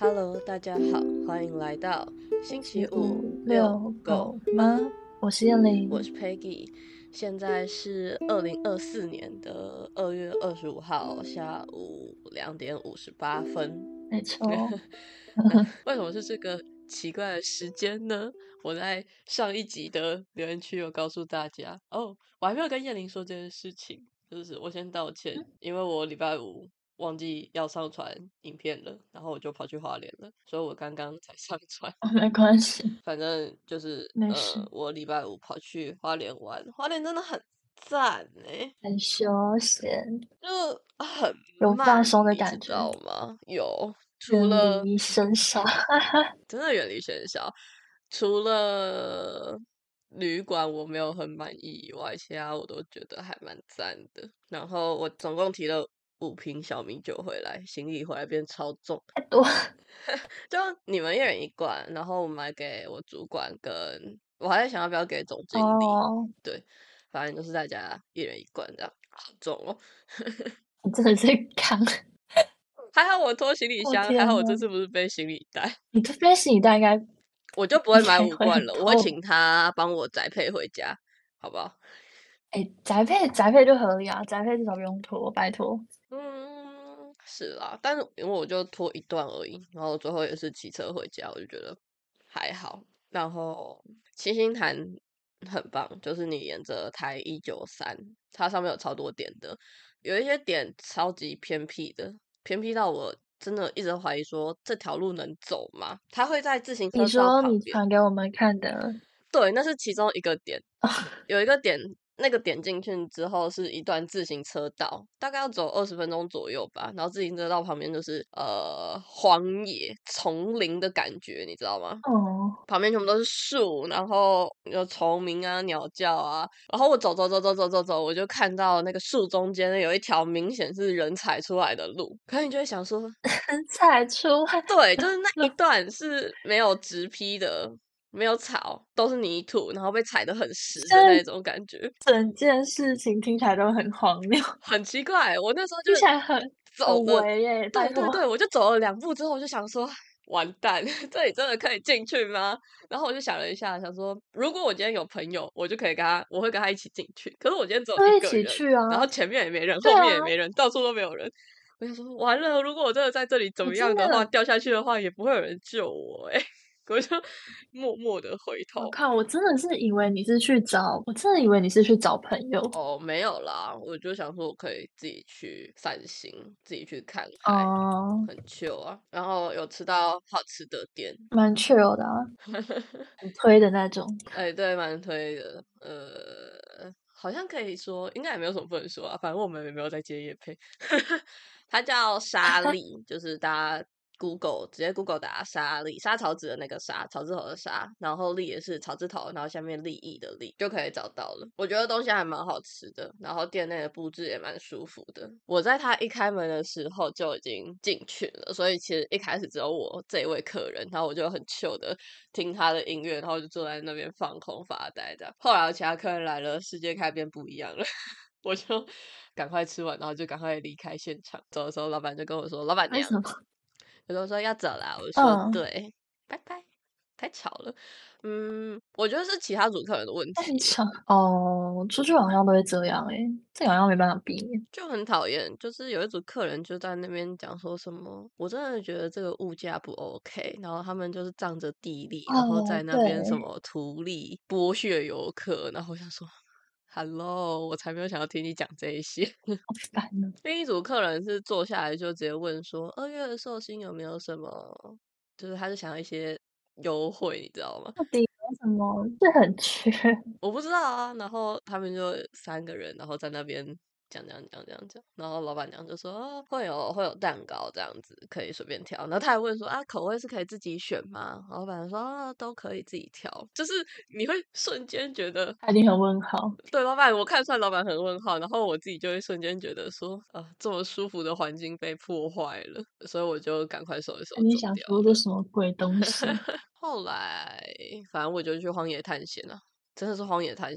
Hello，大家好，欢迎来到星期五遛狗狗吗？我是燕玲， 我是 Peggy，现在是2024年的2月25号下午2点58分。 没错。 为什么是这个奇怪的时间呢？我在上一集的留言区有告诉大家哦，我还没有跟燕玲说这件事情，就是我先道歉，因为我礼拜五忘记要上传影片了，然后我就跑去花莲了，所以我刚刚才上传。 没关系， 反正就是没事， 我礼拜五跑去花莲玩，花莲真的很赞很休闲， 就很有放慢， 松的你知感觉， 道吗？有，除远了离深沙。 真的远离喧嚣，除了旅馆我没有很满意以外，其他我都觉得还蛮赞的。然后我总共提了5瓶小米酒回来，行李回来变超重。 太多。 就你们一人一罐，然后我买给我主管，跟我还在想要不要给总经理。 哦， 对，反正就是大家一人一罐这样，好重哦。 你真的是扛。 还好我拖行李我箱，还好我这天呐， 次不是背行李袋， 你这边行李袋应该我就不会买应该会 5罐了，我会很厚。 请他帮我宅配回家，好不好？ 哎，宅配就合理啊，宅配至少不用拖，拜托。 嗯，是啦，但是因为我就拖一段而已，然后最后也是骑车回家，我就觉得还好。然后七星潭很棒，就是你沿着台193，它上面有超多点的，有一些点超级偏僻的，偏僻到我真的一直怀疑说这条路能走吗？它会在自行你车道说你旁边， 传给我们看的。 对，那是其中一个点。有一个点，那个点进去之后是一段自行车道，大概要走20分钟左右吧。然后自行车道旁边就是荒野丛林的感觉，你知道吗？ 哦， 旁边全部都是树，然后有虫鸣啊、鸟叫啊。然后我走，我就看到那个树中间有一条明显是人踩出来的路，可是你就会想说， 踩出来对，就是那一了。 段是没有直批的，没有草，都是泥土，然后被踩得很实现在的那种感觉， 整件事情听起来都很荒谬， 很奇怪。我那时候就听起来很走了， 违耶，拜托。 对对对，我就走了2步之后，我就想说，完蛋，这里真的可以进去吗？然后我就想了一下，想说，如果我今天有朋友，我就可以跟他，我会跟他一起进去。可是我今天只有就一一个人， 起去啊。 然后前面也没人， 对啊， 后面也没人，到处都没有人。我想说，完了，如果我真的在这里怎我么样的话， 真的， 掉下去的话，也不会有人救我哎。我就默默的回头。 我靠，我真的是以为你是去找，我真的以为你是去找朋友。 哦，没有啦，我就想说我可以自己去散心，自己去看海， 哦、 很 chill 啊。然后有吃到好吃的店， 蛮 chill 的啊，很推的那种。 哎，对，蛮推的。好像可以说，应该也没有什么不能说啊。反正我们也没有在接业配。它叫沙粒，就是大家 Google 直接 Google 打沙粒，沙草籽的那个沙，草字头的沙，然后粒也是草字头，然后下面利益的利，就可以找到了。我觉得东西还蛮好吃的，然后店内的布置也蛮舒服的。我在它一开门的时候就已经进去了，所以其实一开始只有我这一位客人，然后我就很 chill 的听他的音乐，然后就坐在那边放空发呆这样。后来有其他客人来了，世界开始变不一样了。我就赶快吃完，然后就赶快离开现场。走的时候，老板就跟我说：“老板娘， 为什么？ 有时候说要走啦。”我说： 嗯， “对，拜拜。”太吵了。我觉得是其他组客人的问题耶， 太长哦，出去好像都会这样诶，这个好像没办法避免。 就很讨厌。就是有一组客人就在那边讲说什么，我真的觉得这个物价不 OK，然后他们就是仗着地利，然后哦， 在那边什对， 么图利剥削游客，然后我想说，Hello，我才没有想要听你讲这一些。 好烦哦。 另一组客人是坐下来就直接问说：“2月的寿星有没有什么？”就是他是想要一些优惠，你知道吗？ 到底有什么是很缺？ 我不知道啊。然后他们就3个人，然后在那边讲，然后老板娘就说：“哦，会有蛋糕这样子，可以随便挑。”然后他还问说：“啊，口味是可以自己选吗？”老板娘说：“啊，都可以自己挑。”就是你会瞬间觉得他一定很问号。 对，老板，我看出来老板很问号，然后我自己就会瞬间觉得说，这么舒服的环境被破坏了，所以我就赶快收一收你走掉了。 想说这什么鬼东西？ 后来，反正我就去荒野探险了，真的是荒野探险，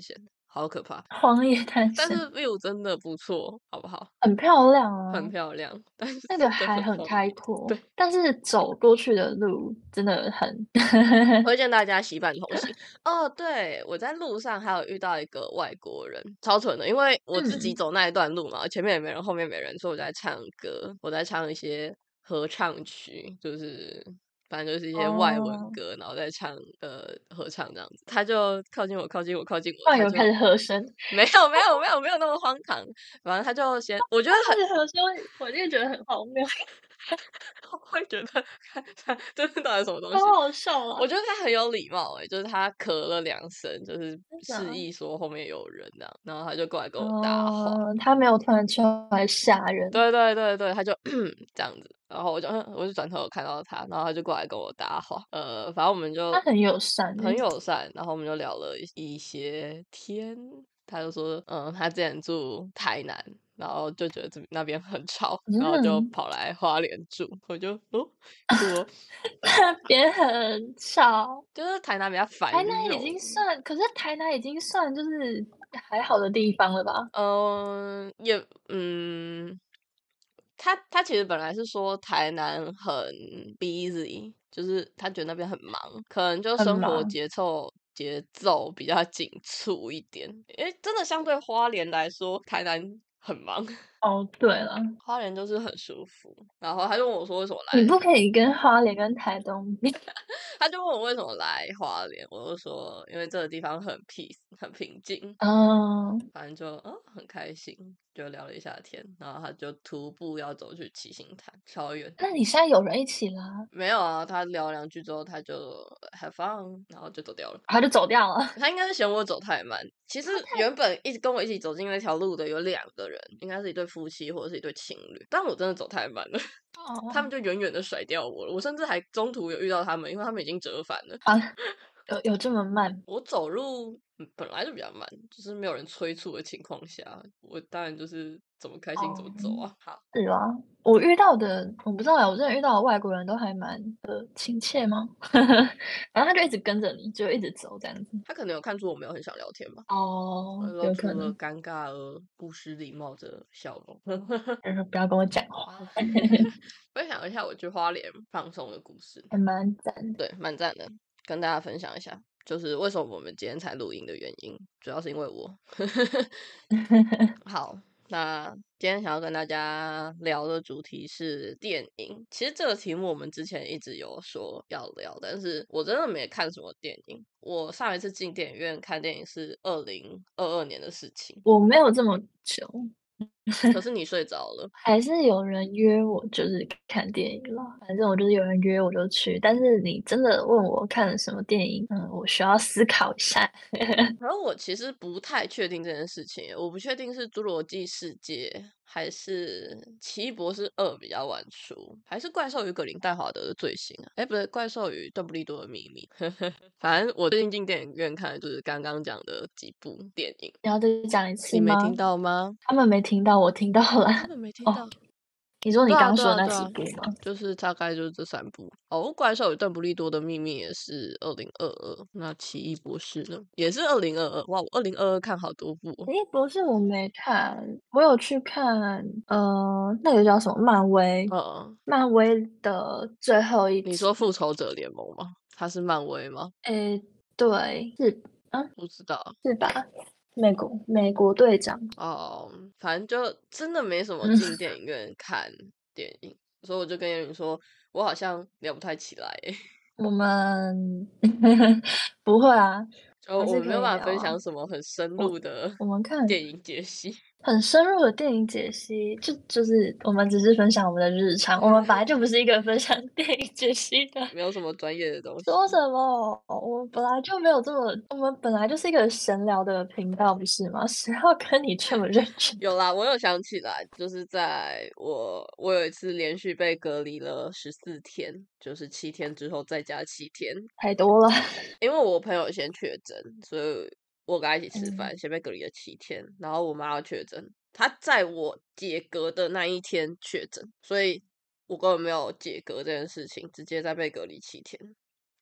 好可怕。 荒野滩但是神 view 真的不错，好不好？ 很漂亮很啊， 漂亮，但是那个真的海很很荒野。 开阔， 对， 但是走过去的路真的很推荐大家结伴同行。哦，对，我在路上还有遇到一个外国人，超蠢的，因为我自己嗯走那一段路嘛，前面也没人，后面没人，所以我在唱歌，我在唱一些合唱曲，就是反正就是一些外文哦， 歌，然后再唱合唱这样子。他就靠近我，靠近我，靠近我，他就突然有开始和声， 没有那么荒唐，反正他就先，我觉得很开始和声，我就觉得很荒谬， 我会觉得看这是到底什么东好西？ 好笑啊！ 我觉得他很有礼貌就是他咳了2声，就是真的啊示意说后面有人这样，然后他就过来跟我搭话。 他没有突然出来吓人， 对对对对，他就这样子，然后我就转头有看到他，然后他就过来跟我搭话，反正我们就他很友善很诶。 友善，然后我们就聊了一些天，他就说，他之前住台南，然后就觉得那边很吵，然后就嗯， 跑来花莲住，我就酷哦， 那边很吵。 就是台南比较繁台南已荣， 经算，可是台南已经算就是还好的地方了吧？ 也他其实本来是说台南很 busy，就是他觉得那边很忙，可能就生活很忙节奏比较紧促一点。因为真的相对花莲来说，台南很忙， 哦。对了， 花莲就是很舒服。然后他就问我说为什么来， 你不可以跟花莲跟台东比。 他就问我为什么来花莲，我就说因为这个地方很 peace，很平静。 嗯， 反正就很开心，就聊了一下天，然后他就徒步要走去七星潭，超远。 那你现在有人一起啦， 没有啊，他聊2句之后，他就 have fun，然后就走掉了。 他就走掉了。 他应该是嫌我走太慢。其实原本一直跟我一起走进那条路的有2个人，应该是一对夫妻或者是一对情侣，但我真的走太慢了，他们哦， 就远远的甩掉我了。我甚至还中途有遇到他们，因为他们已经折返了。 啊，有这么慢？ 我走路本来就比较慢，就是没有人催促的情况下，我当然就是怎么开心怎哦， 么走啊。好， 是啊，我遇到的我不知道呀，我真的遇到的外国人都还蛮亲切吗？然后他就一直跟着你，就一直走这样子。 他可能有看出我没有很想聊天吧， 哦， 露出了有可能， 尴尬而不失礼貌的笑容。 就是不要跟我讲话， 分享一下我去花莲放松的故事， 还蛮赞的。 对，蛮赞的，跟大家分享一下，就是为什么我们今天才录音的原因，主要是因为我。好，那今天想要跟大家聊的主题是电影。其实这个题目我们之前一直有说要聊，但是我真的没看什么电影。我上一次进电影院看电影是2022年的事情， 我没有这么久， 可是你睡着了。 还是有人约我，就是看电影啦。反正我就是有人约我就去。但是你真的问我看了什么电影，我需要思考一下。 然后我其实不太确定这件事情耶，我不确定是《侏罗纪世界》还是《奇异博士2》比较晚出，还是《怪兽与格林戴华德》的最新啊？哎，不对，《怪兽与邓布利多的秘密》。反正我最近进电影院看的就是刚刚讲的几部电影， 你要再讲一次吗？ 你没听到吗？ 他们没听到，我听到了。 他们没听哦， 到。 你说你对啊， 刚说的那对啊，对啊， 几部吗？ 就是大概就是这3部。哦，《怪兽与邓布利多的秘密》也是2022，那《奇异博士》呢，也是2022。哇，我2022看好多部哦。 诶，不是，我没看，我有去看，那个叫什么？漫威， 嗯， 漫威的最后一你说集。 复仇者联盟吗？它是漫威吗？ 诶，对，是啊， 不知道是吧？美国队长。 哦，反正就真的没什么嗯， 进电影院看电影，所以我就跟叶云说，我好像聊不太起来欸， 我们不会啊， 就我们没有还是可以办法分享聊啊。 什么很深我入的我们看电影解析。 很深入的电影解析，就是我们只是分享我们的日常，我们本来就不是一个分享电影解析的。 没有什么专业的东西。 说什么？我们本来就没有这么，我们本来就是一个闲聊的频道，不是吗？谁要跟你这么认真？ 有啦，我有想起来，就是在我有一次连续被隔离了14天，就是7天之后再加7天， 太多了。 因为我朋友先确诊，所以我跟他一起吃嗯， 饭，先被隔离了7天，然后我妈要确诊，她在我解隔的那一天确诊，所以我根本没有解隔这件事情，直接再被隔离7天。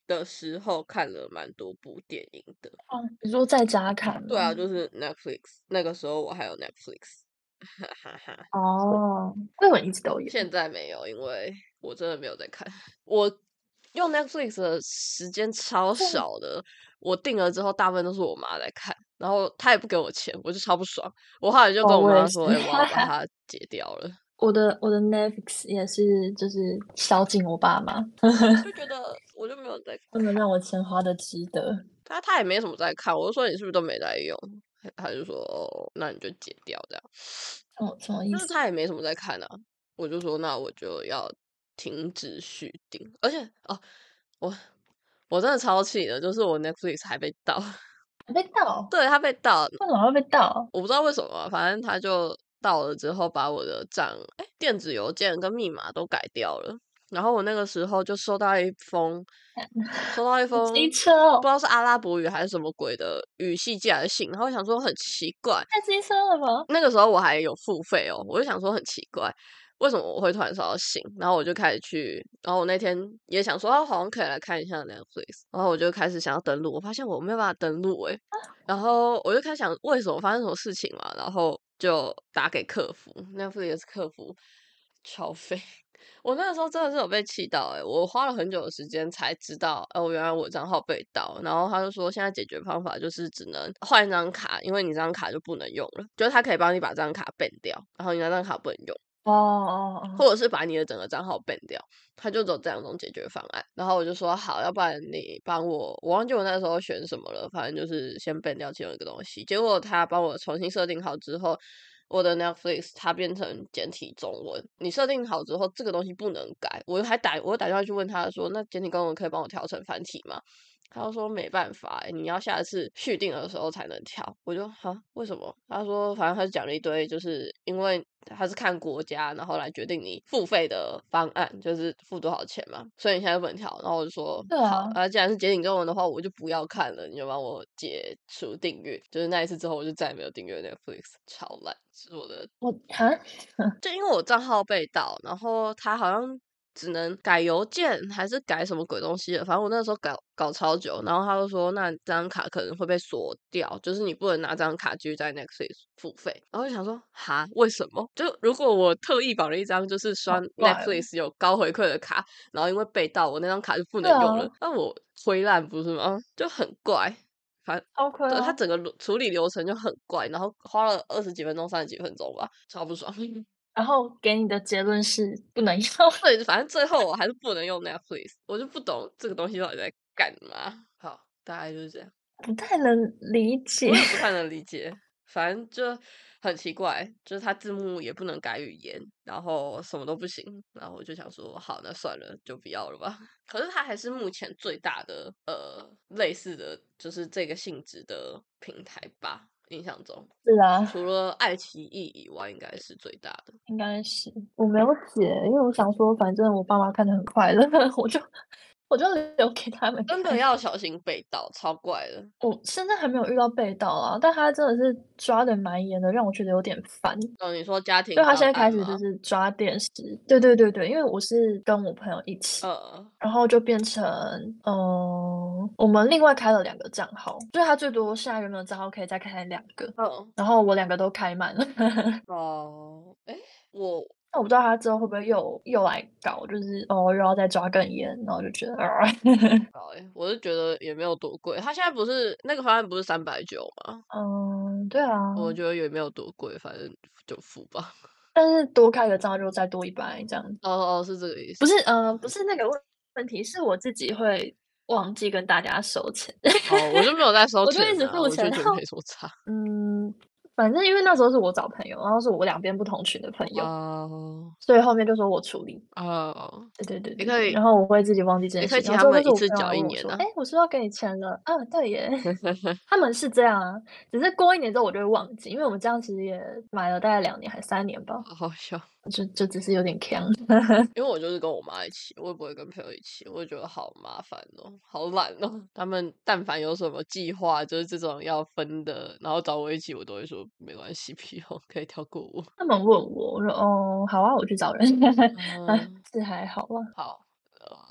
的时候看了蛮多部电影的。 哦，你说在家看吗？ 对啊，就是 Netflix，那个时候我还有 Netflix，哈哈哈。 哦，我以为一直都有。 现在没有，因为我真的没有在看。我用 Netflix 的时间超是少的，我订了之后，大部分都是我妈在看，然后她也不给我钱，我就超不爽。我后来就跟哦，我也是。 我妈说：“哎、我要把它解掉了。” 我的 Netflix 也是，就是孝敬我爸妈， 就觉得我就没有在不能让我钱花的值得。 他也没什么在看，我就说你是不是都没在用？他就说哦，那你就解掉这样。 哦，什么意就是思？ 他也没什么在看啊，我就说那我就要停止续订，而且哦，我我真的超气的，就是我 Netflix 还被盗， 还被盗？ 对他被盗， 为什么会被盗？ 我不知道为什么啊，反正他就到了之后，把我的电子邮件跟密码都改掉了。然后我那个时候就收到一封机车哦， 不知道是阿拉伯语还是什么鬼的语系寄来的信，然后我想说很奇怪， 太机车了吧？ 那个时候我还有付费哦，我就想说很奇怪，为什么我会突然收到信？然后我就开始去，然后我那天也想说，好像可以来看一下 Netflix，然后我就开始想要登录，我发现我没有办法登录诶，然后我就开始想为什么发生什么事情嘛，然后就打给客服，Netflix 客服超费。我那个时候真的是有被气到我花了很久的时间才知道，原来我账号被盗。然后他就说，现在解决方法就是只能换一张卡，因为你这张卡就不能用了，就是他可以帮你把这张卡 ban 掉，然后你那张卡不能用。 哦哦哦， 或者是把你的整个账号 ban 掉，他就走这两种解决方案。然后我就说好，要不然你帮我忘记我那时候选什么了，反正就是先 ban 掉其中一个东西。结果他帮我重新设定好之后，我的 Netflix 它变成简体中文。你设定好之后，这个东西不能改。我打电话去问他说，那简体中文可以帮我调成繁体吗？他就说没办法你要下次续订的时候才能调。我就为什么？他说反正他就讲了一堆，就是因为他是看国家，然后来决定你付费的方案，就是付多少钱嘛，所以你现在不能调。然后我就说好， 对啊， 既然是简体中文的话，我就不要看了，你就帮我解除订阅。就是那一次之后，我就再也没有订阅 Netflix，超烂，是我的我哈， 就因为我账号被盗，然后他好像只能改邮件还是改什么鬼东西的，反正我那时候搞超久，然后他就说那这张卡可能会被锁掉，就是你不能拿这张卡继续在 Netflix 付费。然后就想说为什么？就如果我特意绑了一张就是刷好怪哦。 Netflix 有高回馈的卡，然后因为被盗，我那张卡就不对啊， 能用了，那我灰烂不是吗？就很怪。反对他超亏啊。 整个处理流程就很怪，然后花了20几分钟、30几分钟吧，超不爽。 然后给你的结论是不能用。 对，反正最后我还是不能用 Netflix，我就不懂这个东西到底在干嘛。好，大概就是这样， 不太能理解。 我也不太能理解，反正就很奇怪，就是它字幕也不能改语言，然后什么都不行，然后我就想说，好，那算了，就不要了吧。可是它还是目前最大的类似的就是这个性质的平台吧，印象中， 是啊， 除了爱奇艺以外，应该是最大的。 应该是我没有解，因为我想说，反正我爸妈看得很快乐，我就留给他们真的看。 要小心被盗，超怪的。 我现在还没有遇到被盗啊，但他真的是抓的蛮严的，让我觉得有点烦。 哦，你说家庭档就他现在开案吗？ 始就是抓电视，对对对对，因为我是跟我朋友一起， 呃， 然后就变成，我们另外开了2个账号，就是他最多现在原本的账号可以再开2个， 嗯， 然后我2个都开满了。 哦，诶，我那我不知道他之后会不会又来搞，就是又要再抓更严，然后就觉得， 好诶，我是觉得也没有多贵。他现在不是那个方案不是390吗？ 嗯，对啊， 我觉得也没有多贵，反正就付吧。 但是多开一个账号就再多100这样。 哦哦，是这个意思。 不是，不是那个问题，是我自己会忘记跟大家收钱。 哦，我就没有在收我就一直钱啊， 付钱， 我就觉得然后没什么差。 嗯，反正因为那时候是我找朋友，然后是我两边不同群的朋友， 哦所以后面就说我处理。 哦， 对对对对对， 你可以然后我会自己忘记这件事情， 你可以请他然后之后们一次就是我朋友来问我说： 缴一年啊。 “哎，我是不是要给你钱了？”啊，对耶，他们是这样啊，只是过1年之后我就会忘记，因为我们这样其实也买了大概2年还3年吧， 好好笑。 就只是有点呛。 因为我就是跟我妈一起，我也不会跟朋友一起，我就觉得好麻烦哦，好懒哦。他们但凡有什么计划，就是这种要分的，然后找我一起，我都会说没关系，不用，可以跳过我。 他们问我，我说：“哦，好啊，我去找人。”啊， 嗯， 是还好啦。 好，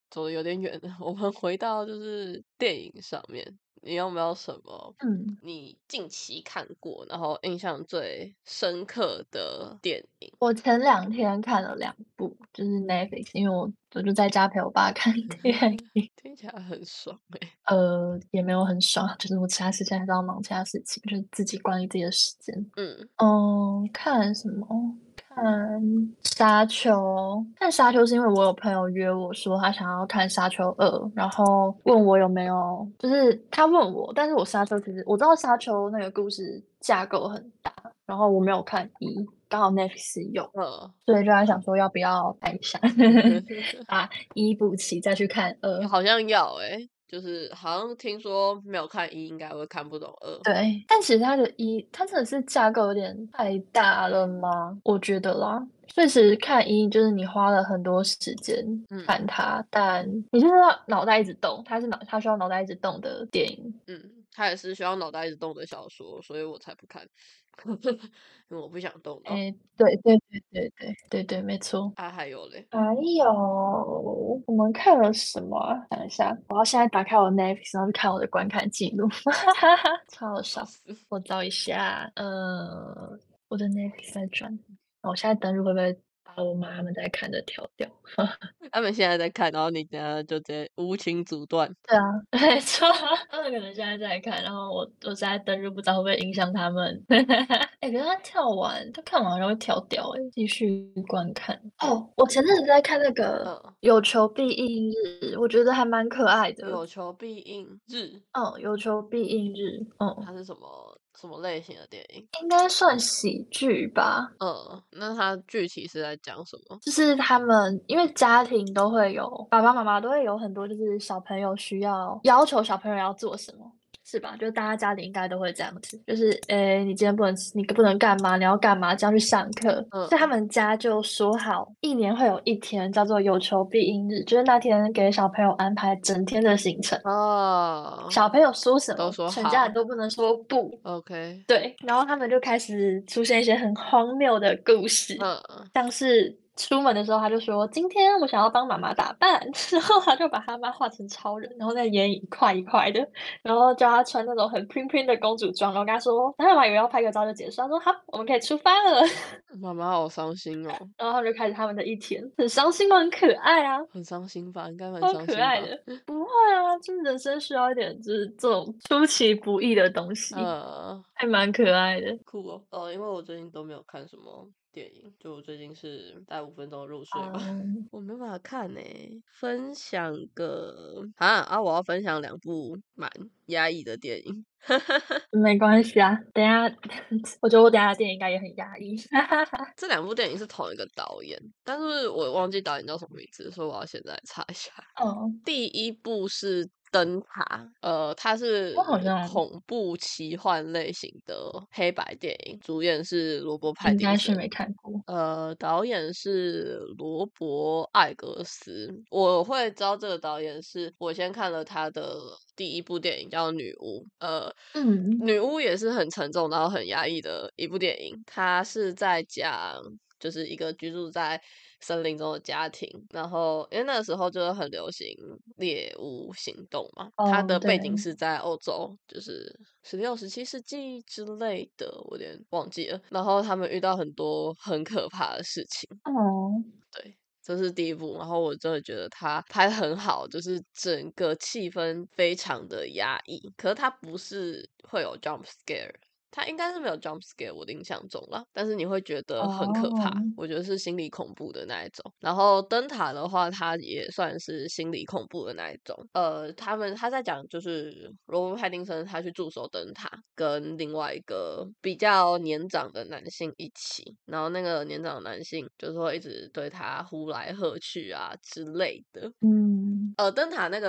走的有点远了，我们回到就是电影上面，你有没有什么嗯， 你近期看过，然后印象最深刻的电影？ 我前2天看了2部，就是 Netflix，因为我就在家陪我爸看电影。 听起来很爽哎、 也没有很爽，就是我其他时间还是要忙其他事情，就是自己管理自己的时间。 嗯看什么？看《沙丘》。看《沙丘》是因为我有朋友约我说他想要看《沙丘2》，然后问我有没有，就是他问我，但是我《沙丘》其实我知道《沙丘》那个故事架构很大，然后我没有看一，刚好 Netflix 有， 呃， 所以就在想说要不要看一下，把一补齐再去看二。 好像要就是好像听说没有看一应该会看不懂二。 对，但其实它的一，它真的是架构有点太大了吗？我觉得啦，所以其实看一就是你花了很多时间看嗯它，但你就是要脑袋一直动，它需要脑袋一直动的电影。 嗯，它也是需要脑袋一直动的小说，所以我才不看，因为我不想动脑。 哎，对对对对对对对，没错。 啊，还有嘞， 还有我们看了什么啊？想一下，我要现在打开我的 Netflix，然后去看我的观看记录，超好笑。 笑死！ 我找一下，我的 Netflix 在转，我现在登录会不会把我妈他们在看的调掉？ 他们现在在看，然后你等下就直接无情阻断。 对啊，没错，他们可能现在在看，然后我现在登录，不知道会不会影响他们。可是他看完然后会跳掉，继续观看。哦，我前阵子在看那个嗯， 《有求必应日》，我觉得还蛮可爱的。 有求必应日， 有求必应日， 它是什么类型的电影？ 应该算喜剧吧。 那它具体是在讲什么？ 就是他们因为家庭都会有爸爸妈妈都会有很多，就是小朋友需要求小朋友要做什么，是吧？就大家家里应该都会这样子，就是你今天不能吃，你不能干嘛，你要干嘛，这样去上课。所以他嗯们家就说好，一年会有一天叫做有求必应日，就是那天给小朋友安排整天的行程。 哦， 小朋友说什都么，全家人说好都不能说不。 ，OK， 对，然后他们就开始出现一些很荒谬的故事， 嗯， 像是出门的时候他就说今天我想要帮妈妈打扮，然后他就把他妈画成超人，然后再演一块一块的，然后叫他穿那种很 pink 的公主装，然后跟他说，然后妈妈以为要拍个照就结束，他说好，我们可以出发了， 妈妈好伤心哦， 然后他们就开始他们的一天，很伤心吗？很可爱啊， 很伤心吧？应该蛮超伤心吧？ 可爱的。不会啊，就是人生需要一点就是这种出其不意的东西， 呃， 还蛮可爱的。 酷哦。因为我最近都没有看什么电影，就我最近是大概5分钟入睡吧， 嗯， 我没办法看呢、分享个我要分享2部蛮压抑的电影。 没关系啊，等一下，我觉得我等一下的电影应该也很压抑。 这2部电影是同一个导演，但是我忘记导演叫什么名字，所以我要现在查一下。 嗯， 第一部是灯塔，它是我好像恐怖奇幻类型的黑白电影，主演是罗伯·派应丁森， 该是没看过。 导演是罗伯·艾格斯。我会知道这个导演是我先看了他的第一部电影叫《女巫》， 嗯女巫也是很沉重，然后很压抑的一部电影。它是在讲就是一个居住在森林中的家庭，然后因为那个时候就是很流行猎巫行动嘛，它哦， 的背景对， 是在欧洲，就是16、17世纪之类的，我有点忘记了。然后他们遇到很多很可怕的事情， 哦对。这是第一部，然后我真的觉得他拍的很好，就是整个气氛非常的压抑，可是他不是会有 jump scare，它应该是没有 jump scare，我的印象中啦，但是你会觉得很可怕， 哦我觉得是心理恐怖的那一种。然后灯塔的话，它也算是心理恐怖的那一种。他在讲就是罗伯·派丁森他去驻守灯塔，跟另外一个比较年长的男性一起，然后那个年长的男性就是会一直对他呼来喝去啊之类的。 嗯灯塔那个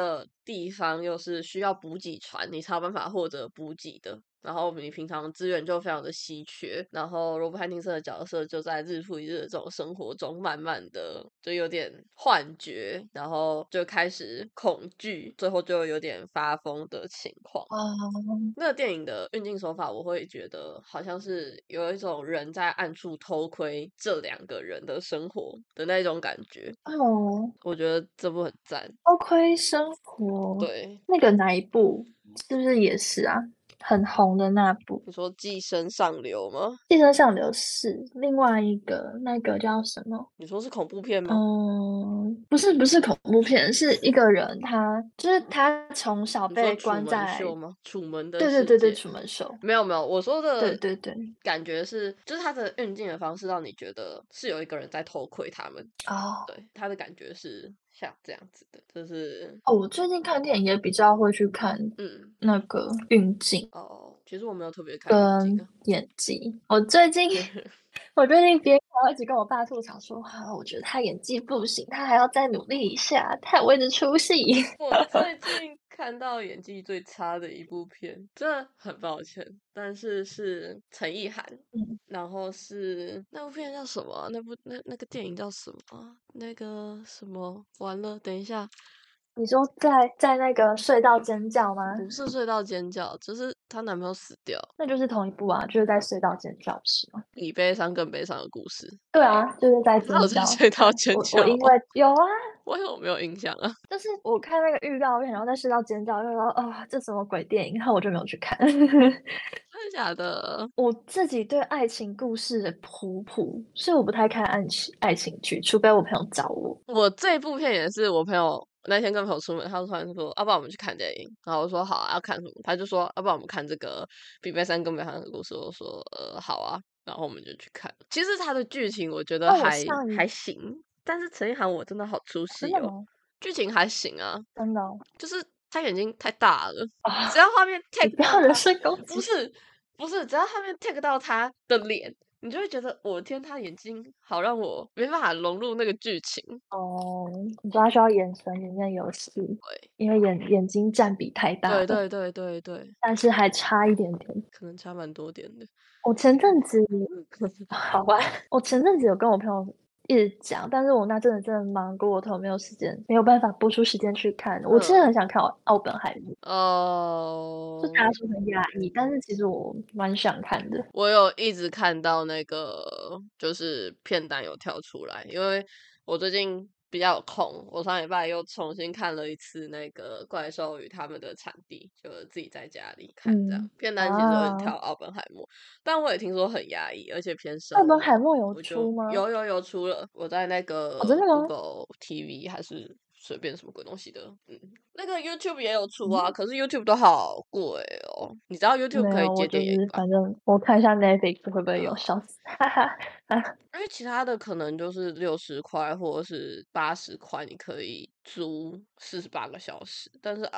地方又是需要补给船，你才有办法获得补给的。然后你平常资源就非常的稀缺，然后罗伯·汉丁森的角色就在日复一日的这种生活中，慢慢的就有点幻觉，然后就开始恐惧，最后就有点发疯的情况。那个电影的运镜手法，我会觉得好像是有一种人在暗处偷窥这两个人的生活的那种感觉。 哦， 我觉得这部很赞。 偷窥生活， 对， 那个哪一部是不是也是啊？很红的那部你说寄生上流吗？ 《寄生上流》是另外一个，那个叫什么？ 你说是恐怖片吗？ 不是恐怖片，是一个人他就是他从小你说被楚门关在， 秀吗？楚门的对对对对， 世界？ 楚门秀， 没有没有，我说的对对对， 感觉是，就是他的运镜的方式让你觉得是有一个人在偷窥他们。 哦对，他的感觉是像这样子的，就是哦，我最近看电影也比较会去看嗯那个运镜哦，其实我没有特别看运镜跟啊。 演技。我最近边看，我一直跟我爸吐槽说，啊，我觉得他演技不行，他还要再努力一下，他有为着出戏。 我最近看到演技最差的一部片，真的很抱歉，但是是陈意涵， 嗯， 然后是那部片叫什么啊那个电影叫什么啊那个什么？完了，等一下， 你说在那个隧道尖叫吗？ 不是隧道尖叫，就是她男朋友死掉， 那就是同一部啊，就是在隧道尖叫是吗？ 比悲伤更悲伤的故事。 对啊，就是在尖他有在叫。 隧道尖叫哦， 我因为有啊， 我有没有印象啊？ 就是我看那个预告片，然后在隧道尖叫，就说啊、这什么鬼电影？然后我就没有去看。 真的假的？ 我自己对爱情故事的普普，所以我不太看爱情剧，除非我朋友找我。 我这部片也是我朋友那天跟朋友出门，他突然说：“要不然我们去看电影？”然后我说：“好啊，要看什么？”他就说：“要不然我们看这个比悲伤更悲伤的故事。”我说：好啊。”然后我们就去看。其实它的剧情我觉得哦，我还行，但是陈意涵我真的好出戏哦， 真的吗？ 剧情还行啊， 真的哦， 就是他眼睛太大了， 啊只要画面你 take 不要人到他， 身攻击不是不是，只要画面 take 到他的脸，你就会觉得我的天，他眼睛好让我没办法融入那个剧情。 哦。你说他需要眼神里面有戏， 对因为眼睛占比太大了， 对对对对对， 但是还差一点点。 可能差蛮多点的。 我前阵子好吧，我前阵子有跟我朋友一直讲，但是我那阵子真的忙过头，没有时间，没有办法拨出时间去看。我其实很嗯， 想看奥本海默，就大哦， 家说很压抑，但是其实我蛮想看的。 我有一直看到那个就是片单有跳出来，因为我最近比较有空，我上礼拜又重新看了一次那个《怪兽与他们的产地》，就自己在家里看这样。 嗯片单其实有啊， 跳奥本海默，但我也听说很压抑，而且偏奥本深蓝， 海默有我就出吗？ 有出了，我在那哦，真个的吗？ Google TV 还是随便什么鬼东西的，那个 YouTube 也有出啊， 嗯， 可是 YouTube 都好贵哦。你知道 YouTube 没有，我可以接就是电影吧？ 反正我看一下 Netflix 会不会有， 啊、 笑死，哈哈。 因为其他的可能就是60块或者是80块，你可以租48个小时，但是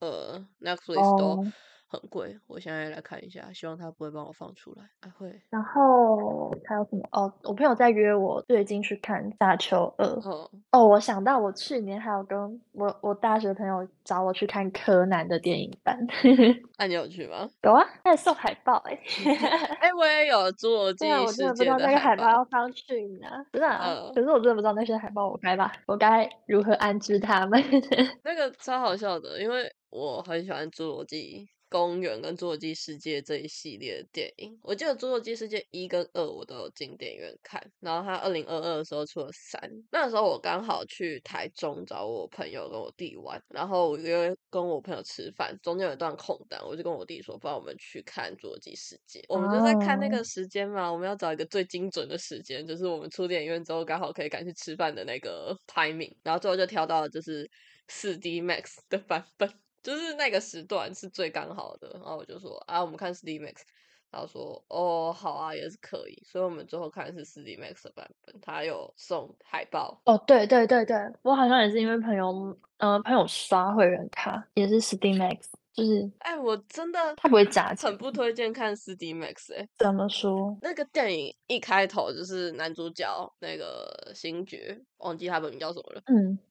Netflix 都哦， 很贵。我现在来看一下，希望他不会帮我放出来。啊会， 然后还有什么？哦，我朋友在约我最近去看《沙丘二》。 嗯， 哦，我想到我去年还有跟我大学朋友找我去看柯南的电影版。 那你有去吗？ 有啊，他还送海报哎、 哎，我也有《侏罗对啊， 纪我真的不知世界》的道那个海报海报。 要放去哪，真的啊。 嗯， 可是我真的不知道那些海报我该如何安置他们。 那个超好笑的，因为我很喜欢《侏罗纪公园》跟《侏罗纪世界》这一系列的电影。我记得《侏罗纪世界》1跟2我都有进电影院看，然后它2022的时候出了3，那个时候我刚好去台中找我朋友跟我弟玩，然后我约跟我朋友吃饭，中间有一段空档，我就跟我弟说，不然我们去看《侏罗纪世界》，我们就在看那哦， 个时间嘛，我们要找一个最精准的时间，就是我们出电影院之后刚好可以赶去吃饭的那个 timing，然后最后就挑到了就是4D Max 的版本。就是那个时段是最刚好的，然后我就说啊，我们看 4D Max，然后说哦，好啊，也是可以，所以我们最后看的是 4D Max 的版本，他有送海报， 哦，对对对对，我好像也是因为朋友刷会员卡，也是 Steam Max，就是哎，我真的他不会加钱。 很不推荐看 4D Max， 怎么说？ 那个电影一开头就是男主角那个星爵，忘记他本名叫什么了。 嗯，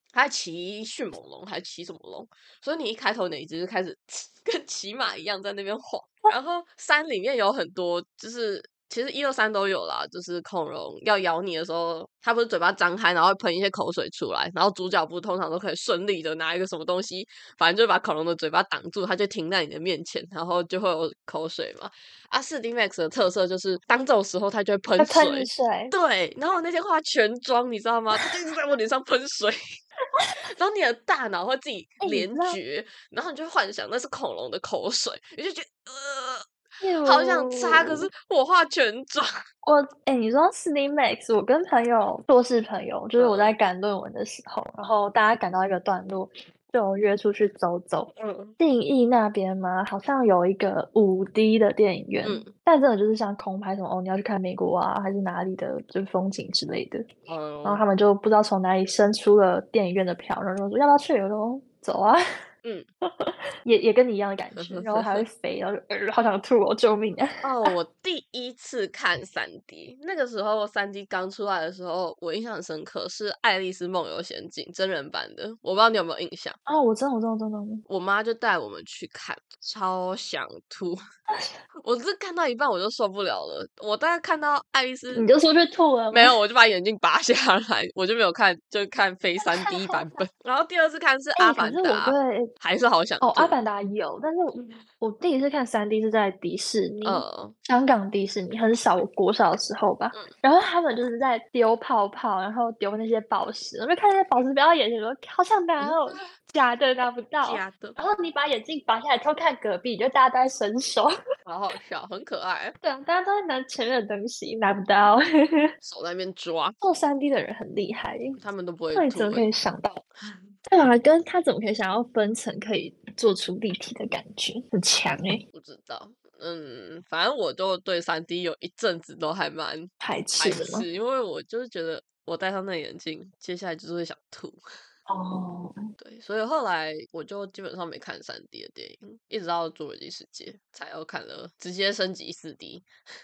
它骑迅猛龙还骑什么龙，所以你一开头你只是开始跟骑马一样在那边晃。然后山里面有很多，就是其实1、2、3都有啦，就是恐龙要咬你的时候，它不是嘴巴张开，然后会喷一些口水出来，然后主角不通常都可以顺利的拿一个什么东西，反正就把恐龙的嘴巴挡住，它就停在你的面前，然后就会有口水嘛。啊，4D Max 的特色就是当这种时候它就会喷会喷水， 水。 对，然后我那天画全妆，你知道吗？它就一直在我脸上喷水。然后你的大脑会自己哎，你知道， 联觉，然后你就会幻想那是恐龙的口水，你就觉得好想擦，可是哟， 我化全妆。 你说 4D Max，我跟朋友硕士朋友，就是我在嗯赶论文的时候，然后大家赶到一个段落，就有约出去走走。 嗯信义那边嘛，好像有一个5D 的电影院， 嗯但真的就是像空拍什么哦，你要去看美国啊，还是哪里的，就是风景之类的。然后哦他们就不知道从哪里生出了电影院的票，然后就说要不要去？我说走啊， 嗯。 也跟你一样的感觉，然后还会飞，然后就好想吐哦，救命啊！ 哦，我第一次看3D，那个时候3D 刚出来的时候，我印象很深刻，是《爱丽丝梦游仙境》真人版的，我不知道你有没有印象。 啊，我知道， 我妈就带我们去看，超想吐。我是看到一半我就受不了了，我大概看到爱丽丝你就出去吐了吗？ 没有，我就把眼镜拔下来，我就没有看，就看非3D 版本。然后第二次看是《阿可是我凡达》， 对还是好想 《阿吐。 凡达》有，但是我第一次看3D 是在迪士尼， 呃， 香港迪士尼，很少，我国小的时候吧。 嗯， 然后他们就是在丢泡泡，然后丢那些宝石，我就看那些宝石不要眼睛，说好想拿嗯哦，假的拿不到。 假的， 然后你把眼镜拔下来偷看隔壁，就大家都在伸手， 好好笑，很可爱， 对啊，大家都在拿前面的东西，拿不到。 手在那边抓， 做3D 的人很厉害耶， 他们都不会吐欸。 那你怎么可以想到？对啊，跟他怎么可以想要分层，可以做出立体的感觉，很强诶。 不知道，反正我就对3D 有一阵子都还蛮排斥的吗？ 排斥，因为我就是觉得我戴上那眼镜，接下来就是会想吐。 哦， 对，所以后来我就基本上没看3D 的电影，一直到《侏罗纪世界》才又看了，直接升级4D，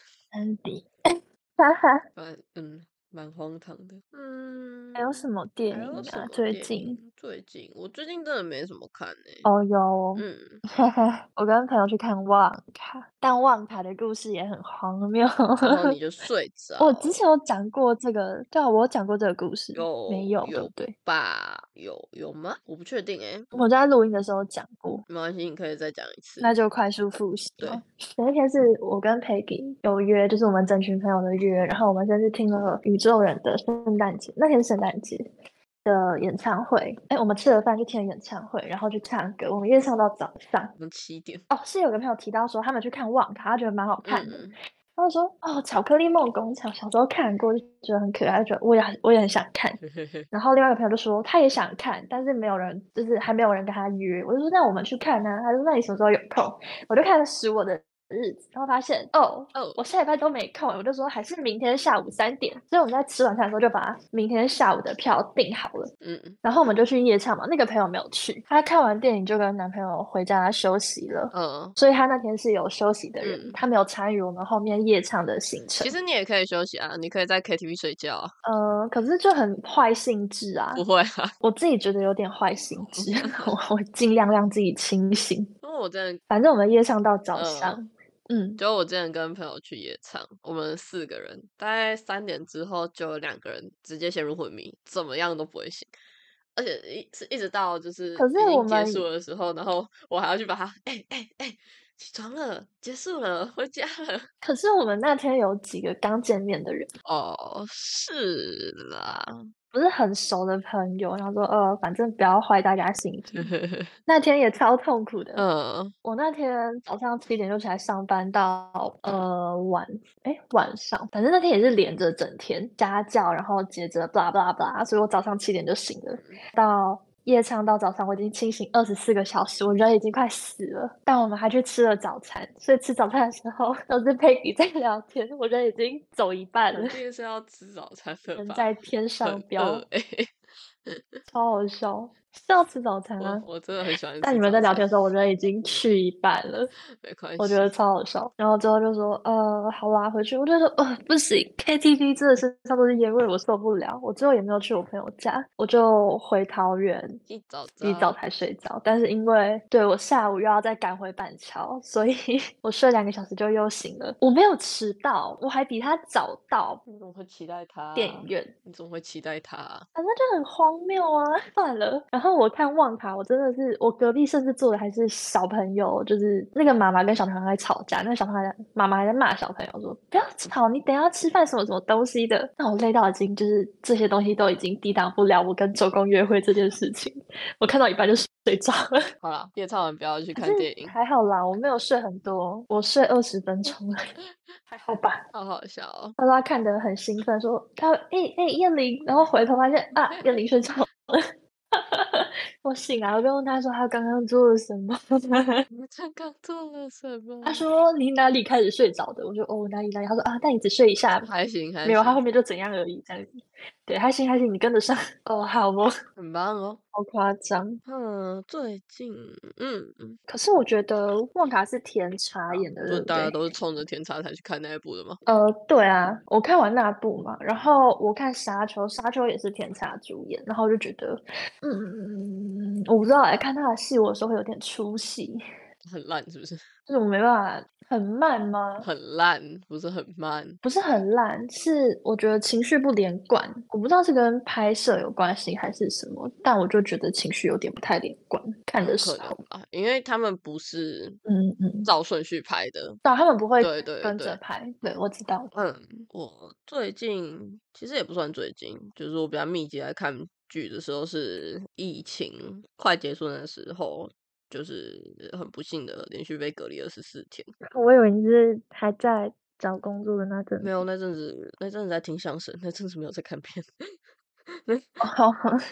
3D，哈哈， 蛮荒唐的。 还有什么电还有影啊？ 什么最近？ 电影？我最近真的没什么看呢、 哦，有， 嗯， 哈哈，我跟朋友去看旺卡，但旺卡的故事也很荒谬。 然后你就睡我之着， 前有讲过这个，对啊，我有讲过这个故事，没有，对有不对？ 吧？有吗？我不确定我在录音的时候讲过， 没关系，你可以再讲一次。 那就快速复习对， 哦。有一天是我跟 Peggy 有约，就是我们整群朋友的约，然后我们先去听了宇宙人的圣诞节，那天是圣诞节的演唱会。哎，我们吃了饭去听了演唱会，然后去唱歌，我们夜唱到早上。 7点。 哦，是有个朋友提到说他们去看旺卡，他觉得蛮好看的。 嗯他就说：“哦，巧克力梦工厂，小时候看过，就觉得很可爱，就觉得我也很想看。”然后另外一个朋友就说他也想看，但是没有人，就是还没有人跟他约。我就说那我们去看呢、他就说那你什么时候有空？我就看了使我的日子，然后发现哦， 我下礼拜都没空，我就说还是明天下午3点。所以我们在吃晚餐的时候就把明天下午的票订好了。 嗯然后我们就去夜唱嘛，那个朋友没有去，她看完电影就跟男朋友回家休息了， 嗯所以她那天是有休息的人， 嗯， 她没有参与我们后面夜唱的行程。 其实你也可以休息啊，你可以在 KTV 睡觉啊。 可是就很坏兴致啊， 不会啊， 我自己觉得有点坏兴致，我尽量让自己清醒。 因为我真的， 反正我们夜唱到早嗯， 上，嗯， 就我之前跟朋友去夜唱，我们4个人，大概3点之后就有2个人直接陷入昏迷，怎么样都不会醒，而且一直到就是可是已经结我们束的时候，然后我还要去把他，起床了，结束了，回家了。 可是我们那天有几个刚见面的人， 哦，是啦， 不是很熟的朋友，然后说反正不要坏大家心情。那天也超痛苦的。 嗯我那天早上7点就起来上班到晚上，反正那天也是连着整天家教，然后接着 blah blah blah，所以我早上7点就醒了，到夜唱到早上，我已经清醒24个小时，我人已经快死了。但我们还去吃了早餐，所以吃早餐的时候都是 Peggy 在聊天，我人已经走一半了， 肯定是要吃早餐的吧？ 人在天上很飙， 饿欸超好笑。 是要吃早餐啊。 我真的很喜欢但你们在聊吃早餐， 天的时候，我觉得已经去一半了。 没关我觉得系。 超好笑。然后之后就说，好啦，回去。我就说，不行，KTV 真的身上都是烟味，我受不了。我最后也没有去我朋友家，我就回桃园， 一早洗澡才睡觉。但是因为对我下午又要再赶回板桥，所以我睡2个小时就又醒了。我没有迟到，我还比他早到你怎么会期待他啊？ 电影院。 你怎么会期待他啊？ 反正就很荒谬啊！算了，然后我看旺卡，我真的是，我隔壁甚至坐的还是小朋友，就是那个妈妈跟小朋友在吵架，那个小朋友妈妈还在骂小朋友说不要吵，你等一下吃饭什么什么东西的。那我累到已经就是这些东西都已经抵挡不了我跟周公约会这件事情，我看到一半就睡着了。 好啦，夜唱完不要去可是看电影， 还好啦，我没有睡很多，我睡20分钟而已，还好吧。 好好笑哦。 他说他看得很兴奋，说他燕玲，然后回头发现啊燕玲睡着了。我醒来，我就问他说他刚刚做了什么。 你刚刚做了什他么？ 说你哪里开始睡着的？我就哪里哪里。他说啊，但你只睡一下， 还行还没有，他后行， 面就怎样而已，这样子。对，还行还行，你跟得上。好哦， 很棒哦。 好夸张。 最近可是我觉得旺卡是甜茶演的， 不是对不对？ 大家都是冲着甜茶才去看那一部的吗？ 对啊，我看完那部嘛，然后我看沙丘，沙丘也是甜茶主演，然后我就觉得，我不知道哎，看他的戏，我有时候会有点出戏， 很烂是不是？ 就是我没办法，很慢吗？ 很烂，不是很慢， 不是很烂，是我觉得情绪不连贯，我不知道是跟拍摄有关系还是什么，但我就觉得情绪有点不太连贯，看有的时候， 可能吧，因为他们不是嗯， 照顺序拍的。 但他们不会对对跟着对， 拍，对，我知道。 我最近其实也不算最近，就是我比较密集来看剧的时候是疫情快结束的时候，就是很不幸的连续被隔离24天。 我以为你是还在找工作的那阵没有， 子。 那阵子在听相声，那阵子没有在看片。 哦，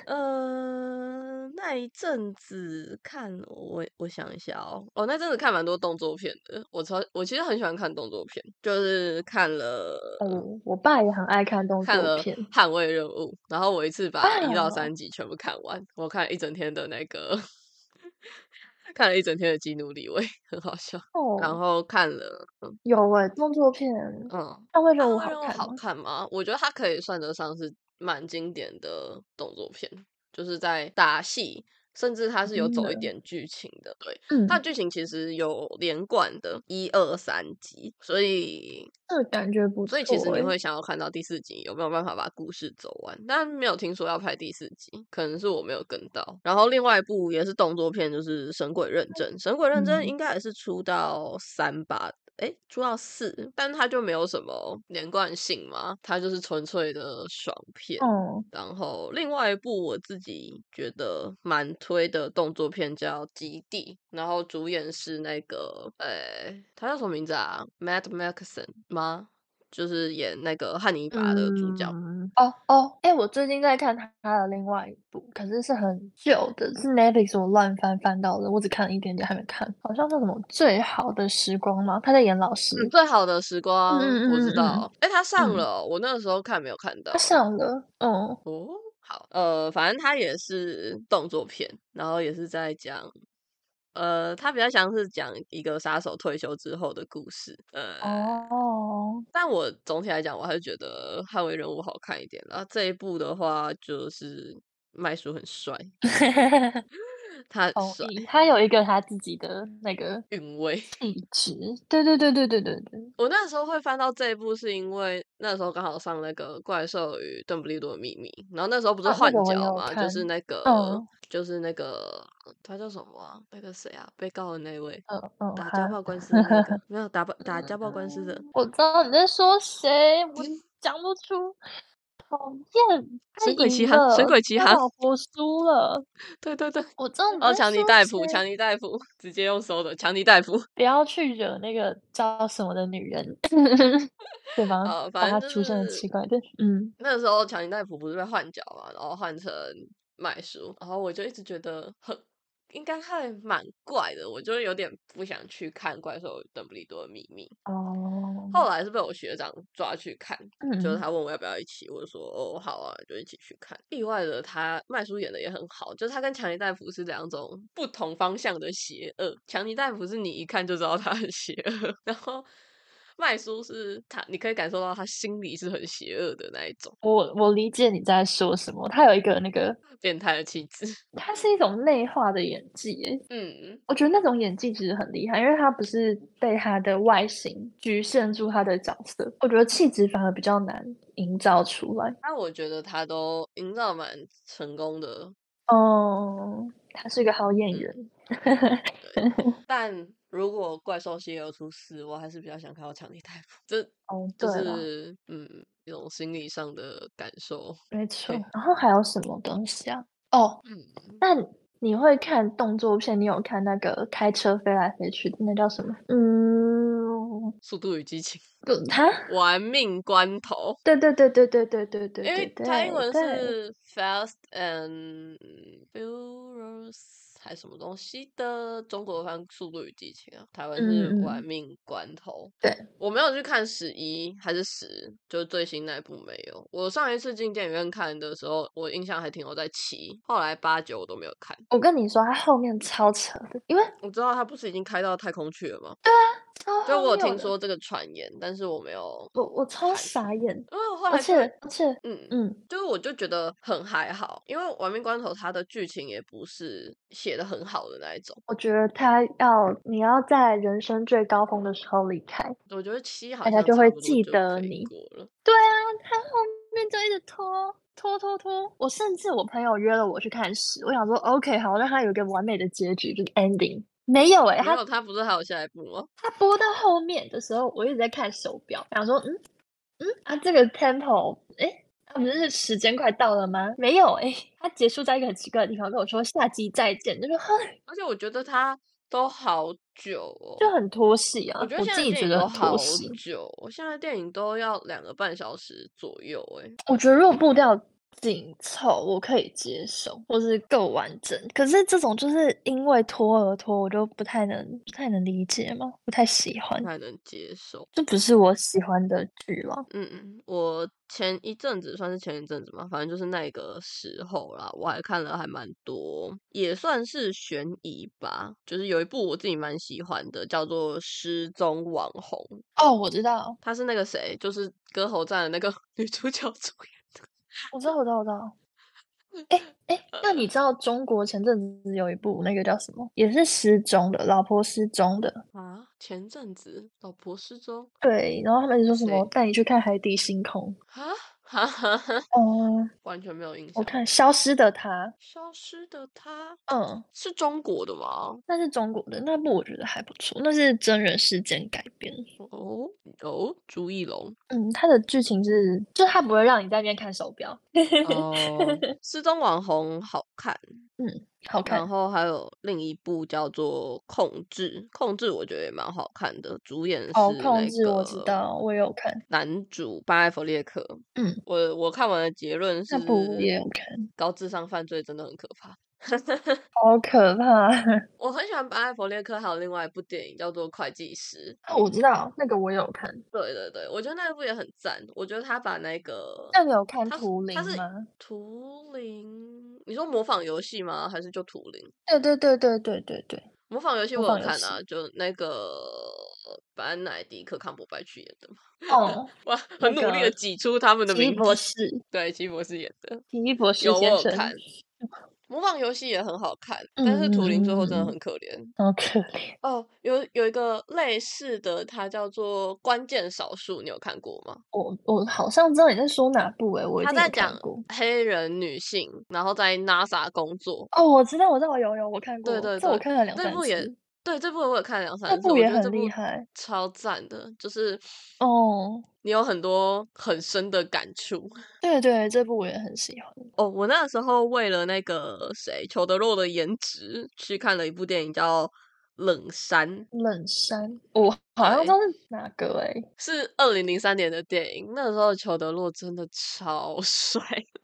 那一阵子看我想一下哦，那阵子看蛮多动作片的。我其实很喜欢看动作片，就是我爸也很爱看动看了作片 《捍卫任务》，然后我一次把啊。 1到3集全部看完。我看了一整天的那个，看了一整天的基努里维，很好笑。然哦， 后看了， 有动作片嗯， 《捍卫任务》 捍卫任务好好看吗？ 看吗？我觉得它可以算得上是蛮经典的动作片，就是在打戏，甚至它是有走一嗯点剧情的。对，它的嗯， 剧情其实有连贯的1、2、3集，所以这个感觉不其实错诶。 你会想要看到第4集有没有办法把故事走完，但没有听说要拍第4集，可能是我没有跟到。然后另外一部也是动作片，就是《神鬼认证》，《神鬼认证》 嗯应该也是出到3吧。出到4，但它就没有什么连贯性嘛，它就是纯粹的爽片。 哦， 然后另外一部我自己觉得蛮推的动作片叫《极地》，然后主演是那个他叫什么名字啊？Matt Mickelson 吗？就是演那个汉尼拔的主角。 我最近在看他的另外一部，可是是很旧的，是 Netflix 我乱翻到的，我只看了一点点，还没看。好像叫什么《最好的时光》吗？他在演老师。 最好的时光我知道。他上嗯， 了哦，我那个时候看没有看他到。 上了。 哦，好，反正他也是动作片，然后也是在讲，他比较像是讲一个杀手退休之后的故事， 哦， 但我总体来讲，我还是觉得《捍卫任务》好看一点。然后这一部的话，就是麦叔很帅，他很帅， 同意，他有一个他自己的那个韵味。 气质。对对对对对对对。 我那时候会翻到这一部，是因为那时候刚好上那个《怪兽与邓布利多的秘密》，然后那时候不是啊，那换个我也角嘛，就有看。 是那个， 嗯就是那个，他叫什么啊？那个谁啊？被告的那位，打家哈。 暴官司的那个，没有打家暴官司的， 我知道你在说谁，我讲不出。讨厌，他神鬼奇航，神赢了， 鬼奇航， 他老婆输了。 对对对， 我知道你哦， 在强尼说谁， 戴普，强尼戴普，直接用搜的，强尼戴普。 不要去惹那个叫什么的女人。对吧？把反正就她出现的是奇怪的。 那时候强尼戴普不是被换角嘛，然后换成麦叔，然后我就一直觉得应该还蛮怪的，我就有点不想去看《怪兽与邓布利多的秘密》。 哦， 后来是被我学长抓去看，就是他问我要不要一起，我就说哦好啊，就一起去看。意外的，他麦叔演的也很好，就是他跟强尼戴普是两种不同方向的邪恶。强尼戴普是你一看就知道他很邪恶，然后麦叔是他，你可以感受到他心里是很邪恶的那一种。 我理解你在说什么，他有一个那个变态的气质。 它是一种内化的演技耶。 嗯， 我觉得那种演技其实很厉害，因为他不是被他的外形局限住他的角色，我觉得气质反而比较难营造出来。 那我觉得他都营造蛮成功的。 哦，他是个好演员。 但如果怪兽系列出4，我还是比较想看到强尼戴普。这哦， 就对了， 是一种心理上的感受。 没错。 对， 然后还有什么东西啊？哦， 嗯， 那你会看动作片？你有看那个开车飞来飞去的那叫什么？ 速度与激情， 不，他， 玩命关头。 对对对对对对对对因对为它英文对对， 是 Fast and Furious 还什么东西的，中国翻《速度与激情》啊，台湾是《玩嗯嗯， 命关头》。 对。 我没有去看11还是10，就是最新那一部没有。我上一次进电影院看的时候，我印象还停留在7，后来8、9我都没有看。 我跟你说，他后面超扯的，因为我知道他不是已经开到太空去了吗？ 超就我有荒谬的， 听说这个传言，但是我没有我超看。 傻眼， 因为我后而且来看， 而且， 就是我就觉得很还好，因为《玩命关头》它的剧情也不是写的很好的那一种。 我觉得你要在人生最高峰的时候离开， 我觉得7好大家像就会记差不多就可以得你。 过了。 对啊，他后面就一直拖，我甚至我朋友约了我去看10，我想说 OK 好，让他有一个完美的结局，就是 ending。没有没有，他不是还有下一部吗？ 他播到后面的时候，我一直在看手表，想说这个 tempo，他不是时间快到了吗？没有，他结束在一个很奇怪的地方，跟我说下集再见，就是而且我觉得他都好久哦。 就很拖戏啊，我我觉得现在电自己觉得很拖影都好戏。 久，我现在电影都要2个半小时左右。 我觉得如果步调紧凑，我可以接受，或是够完整。可是这种就是因为拖而拖，我就不太能理解嘛，不太喜欢， 不太能接受。 这不是我喜欢的剧了。 我前一阵子算是前一阵子嘛，反正就是那个时候啦，我还看了还蛮多，也算是悬疑吧。就是有一部我自己蛮喜欢的，叫做《失踪网红》， 哦，我知道， 他是那个谁，就是歌喉战的那个女主角主演我知道。那你知道中国前阵子有一部那个叫什么，也是失踪的，老婆失踪的。 啊。前阵子老婆失踪， 对，然后他们说什么谁带你去看海底星空。 啊？哈哈哈， 嗯， 完全没有印象。 我看消失的她， 消失的她嗯， 是中国的吗？ 那是中国的那部，我觉得还不错，那是真人事件改编。 哦朱一龙。 它的剧情是，就它不会让你在那边看手表。 哦，失踪网红好看。 好看。 然后还有另一部叫做《控制》，《控制》我觉得也蛮好看的，主演哦， 是那控制我知个道，我也有看。 男主班艾弗列克。 嗯， 我看完的结论那部我是， 也有看， 高智商犯罪真的很可怕。 好可怕。 我很喜欢班艾弗列克，还有另外一部电影叫做《会计师》。 哦，我知道那个我有看。 对对对，我觉得那一部也很赞。我觉得他把那个， 那你有看他图他是灵吗？ 图灵，你说模仿游戏吗？还是就图灵？ 对对对对对对对， 模仿游戏模我有仿游戏。 看啊，就那个班乃迪克康伯拜去演的嘛。 哦， 哇， 那很努力的个挤出他们的奇异名字。 博士， 对，奇异博士演的， 奇异博士有我先生。 有看。模仿游戏也很好看， 嗯但是图灵最后真的嗯， 很可怜。 好可怜。 哦。有一个类似的，它叫做《关键少数》，你有看过吗？ 我好像知道你在说哪部我一定有他在讲看过。 黑人女性，然后在 NASA 工作。 哦，我知道，有我看过， 对对对， 这我看了两这部也三次， 对，这部我有看2、3次， 这部也很我觉得这部厉害。 超赞的，就是哦， 你有很多很深的感触。 对对，这部我也很喜欢。 哦，我那个时候为了那个谁裘德洛的颜值去看了一部电影叫《冷杉》。 冷杉，我好像知对， 道是哪个是2003年的电影。那个时候裘德洛真的超帅。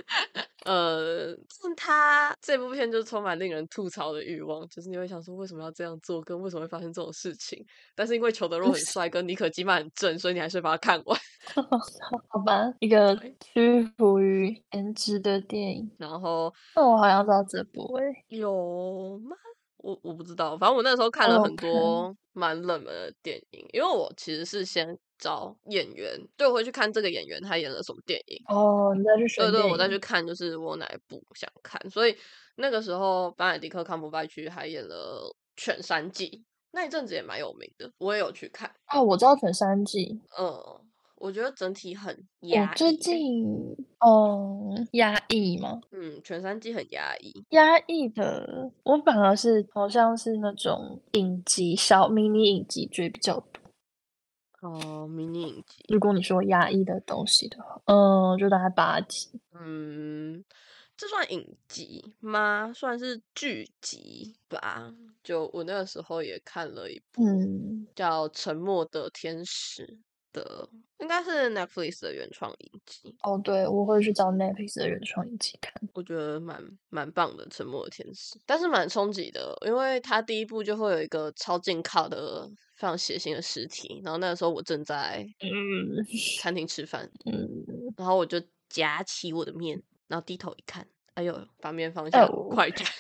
就是他这部片就充满令人吐槽的欲望，就是你会想说为什么要这样做，跟为什么会发生这种事情。但是因为裘德洛很帅，跟妮可基曼很正，所以你还是会把它看完。 好吧，一个对， 屈服于颜值的电影。 然后那我好像知道这部诶， 有吗？我不知道，反正我那时候看我了很有看。 多蛮冷门的电影，因为我其实是先找演员，对，我会去看这个演员他演了什么电影。 哦，你再去对对， 选电影。 我再去看，就是我哪一部想看，所以那个时候班乃迪克·康伯拜区还演了《犬山记》，那一阵子也蛮有名的，我也有去看。 哦，我知道《犬山记》。 我觉得整体很我最压抑耶， 近压抑吗？ 《犬山记》很压抑。 压抑的，我反而是好像是那种影集小迷你影集追比较多。 哦，迷你影集。 如果你说压抑的东西的话，就大概8集。 嗯，这算影集吗？算是剧集吧。就我那个时候也看了一部嗯， 叫《沉默的天使》的，应该是 Netflix 的原创影集， 哦，对，我会去找 Netflix 的原创影集看。 我觉得蛮棒的，《沉默的天使》，但是蛮冲击的，因为它第一部就会有一个超近靠的非常血腥的尸体，然后那个时候我正在嗯餐厅吃饭， 嗯， 然后我就夹起我的面，然后低头一看，哎呦，把面放下， 哦， 快转。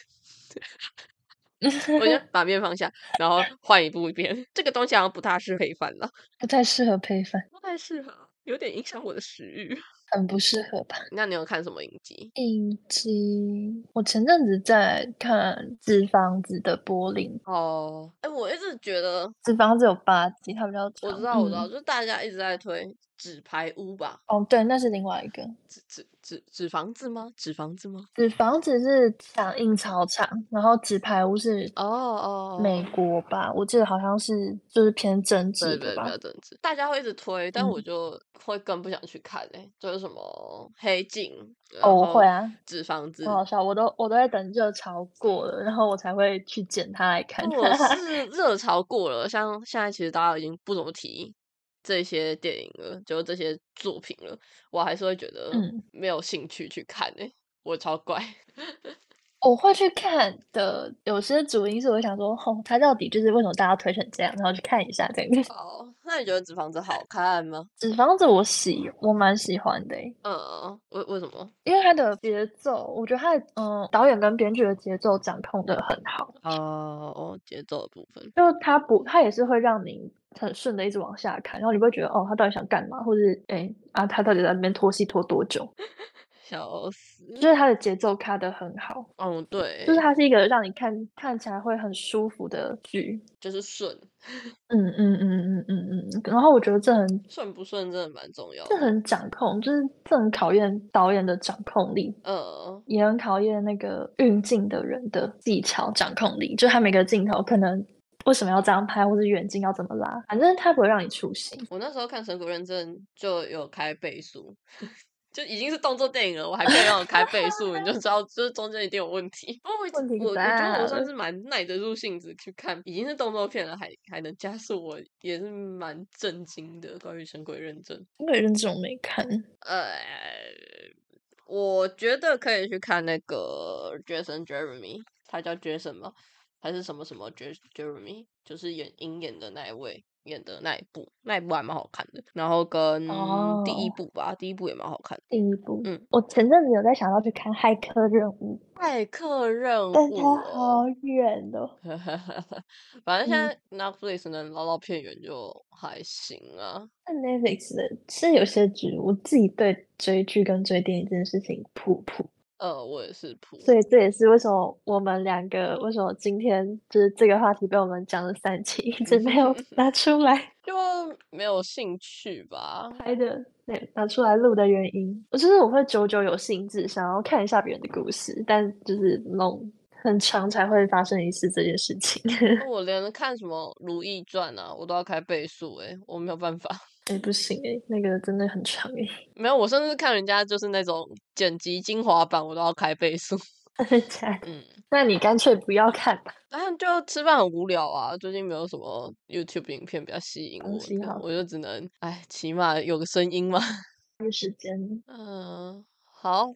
我就把面放下，然后换一遍。这个东西好像不太适合配饭了， 不太适合配饭， 不太适合，有点影响我的食欲。 很不适合吧？ 那你有看什么影集？ 影集，我前阵子在看《纸房子》的柏林， 哦，哎，我一直觉得， 《纸房子》有8集，它比较长。 我知道，就是大家一直在推纸牌屋吧， 哦，对，那是另外一个。 纸房子吗？纸房子吗？ 纸房子是响应操场，然后纸牌屋是哦美哦， 国吧，我记得好像是就是偏政对对，比治的吧。 较政治，大家会一直推，但我嗯， 就会更不想去看就是什么黑镜， 哦， 然后我会啊， 纸房子， 很好笑，我都在等热潮过了，然后我才会去捡它来看。 我是热潮过了，像现在其实大家已经不怎么提这些电影了，就这些作品了，我还是会觉得嗯。 没有兴趣去看我超怪。 我会去看的，有些主因是我想说，哦，它到底就是为什么大家推成这样，然后去看一下这样子。 哦，那你觉得《纸房子》好看吗？ 纸房子我蛮喜欢的诶， 为什么？ 因为它的节奏，我觉得它的导演跟编剧的节奏掌控的很好。 节奏的部分， 就它也是会让你很顺的一直往下看，然后你不会觉得哦，他到底想干嘛，或者是他到底在那边拖戏拖多久？ 笑死。 就是他的节奏卡得很好， 哦，对， 就是它是一个让你看起来会很舒服的剧。 就是顺， 然后我觉得顺不顺真的蛮重要的。 这很掌控，就是这很考验导演的掌控力， 呃， 也很考验那个运镜的人的技巧掌控力。就他每个镜头可能为什么要这样拍，或者远近要怎么拉，反正他不会让你出戏。 我那时候看《神鬼认证》就有开倍速，就已经是动作电影了，我还可以让我开倍速，你就知道就是中间一定有问题。不过我一直问题我觉得我大了， 算是蛮耐得住性子去看，已经是动作片了，还能加速，我也是蛮震惊的。关于《神鬼认证》， 因为认真我没看。 呃，我觉得可以去看那个 Jason Jeremy，他叫 Jason 吗？还是什么什么 Jeremy？就是演鹰眼的那一位演的那一部，那一部还蛮好看的。然后跟第一哦， 部吧，第一部也蛮好看的。 第一部， 嗯， 我前阵子有在想要去看《骇客任务》， 骇客任但它务哦， 好远哦。 反正现嗯， 在 Netflix 能捞到片源就还行啊。 那 Netflix 的是有些剧，我自己对追剧跟追电影这件事情普普， 我也是普， 所以这也是为什么我们两个为什么今天就是这个话题被我们讲了3期，一直没有拿出来就没有兴趣吧。 拍的，对，拿出来录的原因。我会久久有兴致想要看一下别人的故事，但就是那种很长才会发生一次这件事情。 我连看什么《如懿传》啊，我都要开倍速我没有办法。 哎，不行哎，那个真的很长哎， 没有，我甚至看人家就是那种剪辑精华版，我都要开倍速。 真的假的？ 嗯， 那你干脆不要看吧， 但就吃饭很无聊啊，最近没有什么 YouTube 影片比较吸引东西好我就只能，起码有个声音嘛。 花时间。 嗯，好，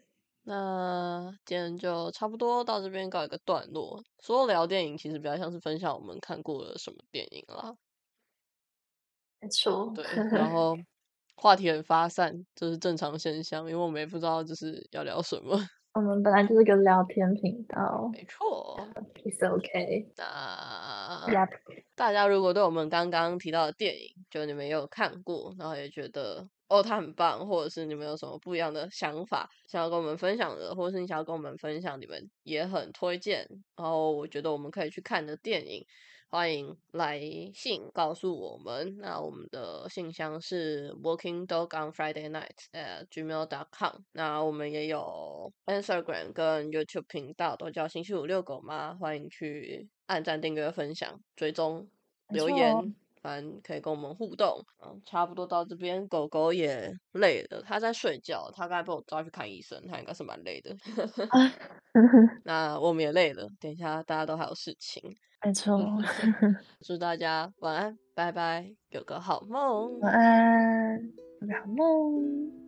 那今天就差不多到这边告一个段落。说聊电影，其实比较像是分享我们看过了什么电影啦。 没错。 对，然后话题很发散，这是正常现象，因为我们也不知道就是要聊什么。 我们本来就是个聊天频道没错， ，It's okay。 那 Yep。 大家如果对我们刚刚提到的电影，就你们也有看过，然后也觉得哦它很棒，或者是你们有什么不一样的想法想要跟我们分享的，或者是你想要跟我们分享你们也很推荐，然后我觉得我们可以去看的电影，欢迎来信告诉我们。那我们的信箱是 workingdogonfridaynight@gmail.com。那我们也有 Instagram 跟 YouTube 频道，都叫星期五遛狗吗？欢迎去按赞、订阅、分享、追踪、留没错。 言，反正可以跟我们互动。差不多到这边，狗狗也累了，它在睡觉，它刚才被我抓去看医生，它应该是蛮累的。那我们也累了，等一下大家都还有事情。 没错。 祝大家晚安，拜拜，有个好梦。 晚安，有个好梦。